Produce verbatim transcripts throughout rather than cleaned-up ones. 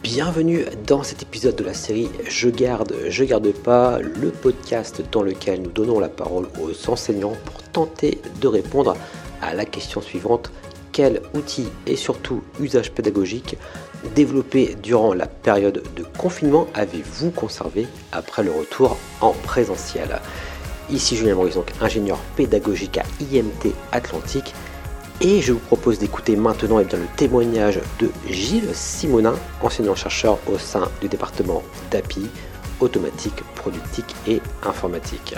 Bienvenue dans cet épisode de la série Je garde, je garde pas, le podcast dans lequel nous donnons la parole aux enseignants pour tenter de répondre à la question suivante: quel outil et surtout usage pédagogique développé durant la période de confinement avez-vous conservé après le retour en présentiel? Ici Julien Maurice, donc ingénieur pédagogique à I M T Atlantique. Et je vous propose d'écouter maintenant eh bien, le témoignage de Gilles Simonin, enseignant-chercheur au sein du département d'A P I, automatique, productique et informatique.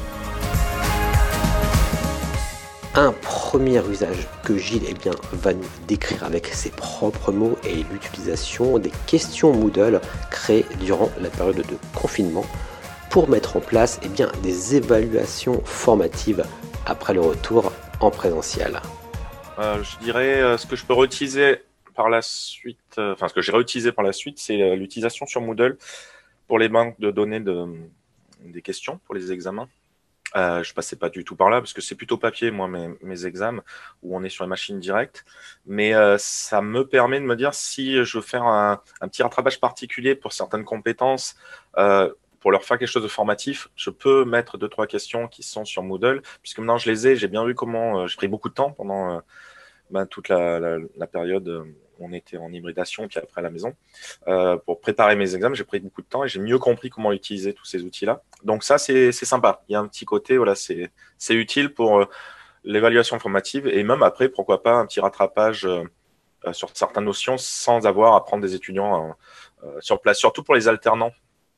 Un premier usage que Gilles eh bien, va nous décrire avec ses propres mots est l'utilisation des questions Moodle créées durant la période de confinement pour mettre en place eh bien, des évaluations formatives après le retour en présentiel. Euh, je dirais euh, ce que je peux réutiliser par la suite, euh, enfin ce que j'ai réutilisé par la suite, c'est euh, l'utilisation sur Moodle pour les banques de données de, des questions pour les examens. Euh, je passais pas du tout par là parce que c'est plutôt papier, moi, mes, mes examens, où on est sur les machines directes. Mais euh, ça me permet de me dire si je veux faire un, un petit rattrapage particulier pour certaines compétences, euh, pour leur faire quelque chose de formatif, je peux mettre deux, trois questions qui sont sur Moodle, puisque maintenant je les ai, j'ai bien vu comment, euh, j'ai pris beaucoup de temps pendant euh, ben, toute la, la, la période où on était en hybridation, puis après à la maison. Euh, pour préparer mes examens, j'ai pris beaucoup de temps et j'ai mieux compris comment utiliser tous ces outils-là. Donc ça, c'est, c'est sympa. Il y a un petit côté, voilà, c'est, c'est utile pour euh, l'évaluation formative et même après, pourquoi pas, un petit rattrapage euh, sur certaines notions sans avoir à prendre des étudiants euh, sur place, surtout pour les alternants.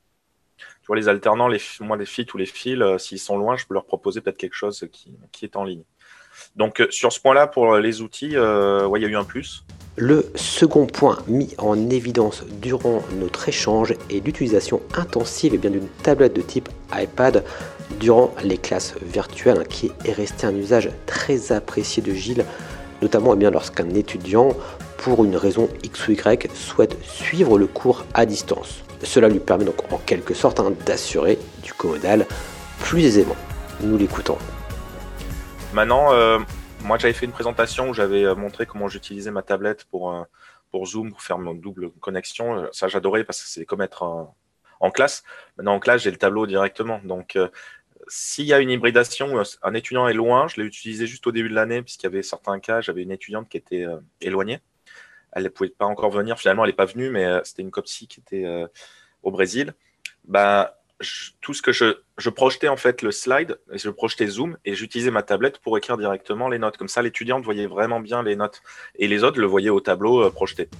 Tu vois, les alternants, les, moi, les filles ou les fils, euh, s'ils sont loin, je peux leur proposer peut-être quelque chose qui, qui est en ligne. Donc, euh, sur ce point-là, pour les outils, euh, ouais, il y a eu un plus. Le second point mis en évidence durant notre échange est l'utilisation intensive eh bien, d'une tablette de type iPad durant les classes virtuelles, hein, qui est resté un usage très apprécié de Gilles, notamment eh bien, lorsqu'un étudiant, pour une raison X ou Y, souhaite suivre le cours à distance. Cela lui permet donc en quelque sorte hein, d'assurer du commodal plus aisément. Nous l'écoutons. Maintenant, euh, moi j'avais fait une présentation où j'avais montré comment j'utilisais ma tablette pour, euh, pour Zoom, pour faire mon double connexion. Ça j'adorais parce que c'est comme être en, en classe. Maintenant en classe j'ai le tableau directement. Donc euh, s'il y a une hybridation, un étudiant est loin, je l'ai utilisé juste au début de l'année puisqu'il y avait certains cas, j'avais une étudiante qui était euh, éloignée. Elle ne pouvait pas encore venir, finalement elle n'est pas venue, mais euh, c'était une copsie qui était euh, au Brésil. Ben, je, tout ce que je, je projetais en fait le slide, et je projetais Zoom et j'utilisais ma tablette pour écrire directement les notes. Comme ça, l'étudiante voyait vraiment bien les notes et les autres le voyaient au tableau euh, projeté.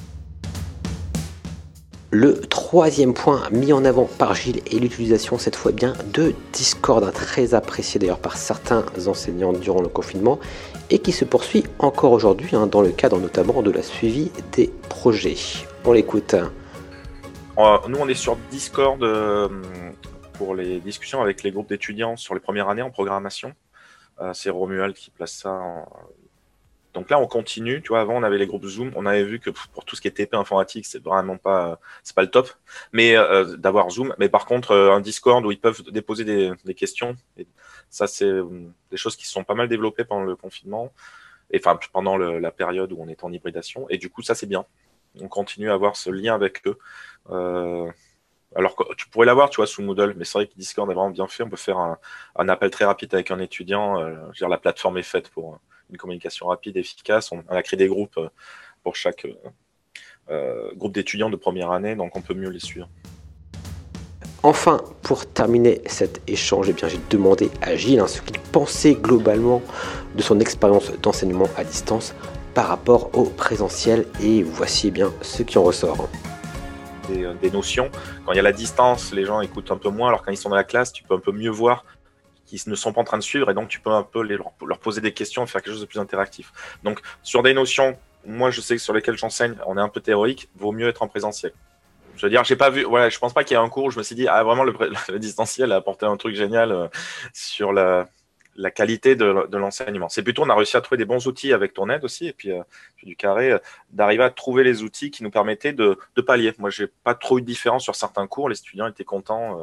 Le troisième point mis en avant par Gilles est l'utilisation cette fois bien de Discord, hein, très apprécié d'ailleurs par certains enseignants durant le confinement et qui se poursuit encore aujourd'hui hein, dans le cadre notamment de la suivi des projets. On l'écoute. Euh, nous, on est sur Discord euh, pour les discussions avec les groupes d'étudiants sur les premières années en programmation. Euh, c'est Romuald qui place ça en... Donc là, on continue. Tu vois, avant, on avait les groupes Zoom. On avait vu que pour tout ce qui est T P informatique, c'est vraiment pas, c'est pas le top. Mais euh, d'avoir Zoom. Mais par contre, euh, un Discord où ils peuvent déposer des, des questions. Et ça, c'est euh, des choses qui se sont pas mal développées pendant le confinement. Et enfin, pendant le, la période où on est en hybridation. Et du coup, ça, c'est bien. On continue à avoir ce lien avec eux. Euh, alors que tu pourrais l'avoir, tu vois, sous Moodle. Mais c'est vrai que Discord est vraiment bien fait. On peut faire un, un appel très rapide avec un étudiant. Euh, je veux dire, la plateforme est faite pour une communication rapide, efficace. On a créé des groupes pour chaque euh, groupe d'étudiants de première année, donc on peut mieux les suivre. Enfin, pour terminer cet échange, eh bien, j'ai demandé à Gilles hein, ce qu'il pensait globalement de son expérience d'enseignement à distance par rapport au présentiel, et voici eh bien ce qui en ressort. Des, des notions. Quand il y a la distance, les gens écoutent un peu moins, alors quand ils sont dans la classe, tu peux un peu mieux voir qui ne sont pas en train de suivre, et donc tu peux un peu les, leur poser des questions et faire quelque chose de plus interactif. Donc sur des notions, moi je sais que sur lesquelles j'enseigne, on est un peu théorique, vaut mieux être en présentiel. Je veux dire, j'ai pas vu, voilà, je pense pas qu'il y ait un cours où je me suis dit, ah vraiment le, le distanciel a apporté un truc génial euh, sur la, la qualité de, de l'enseignement. C'est plutôt, on a réussi à trouver des bons outils avec ton aide aussi, et puis euh, du carré, euh, d'arriver à trouver les outils qui nous permettaient de, de pallier. Moi, j'ai pas trop eu de différence sur certains cours, les étudiants étaient contents. Euh,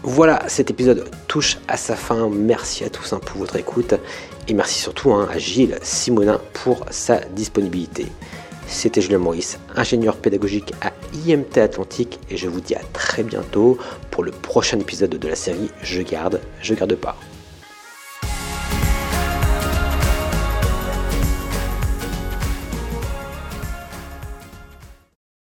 Voilà, cet épisode touche à sa fin. Merci à tous hein, pour votre écoute et merci surtout hein, à Gilles Simonin pour sa disponibilité. C'était Julien Maurice, ingénieur pédagogique à I M T Atlantique et je vous dis à très bientôt pour le prochain épisode de la série Je garde, je garde pas.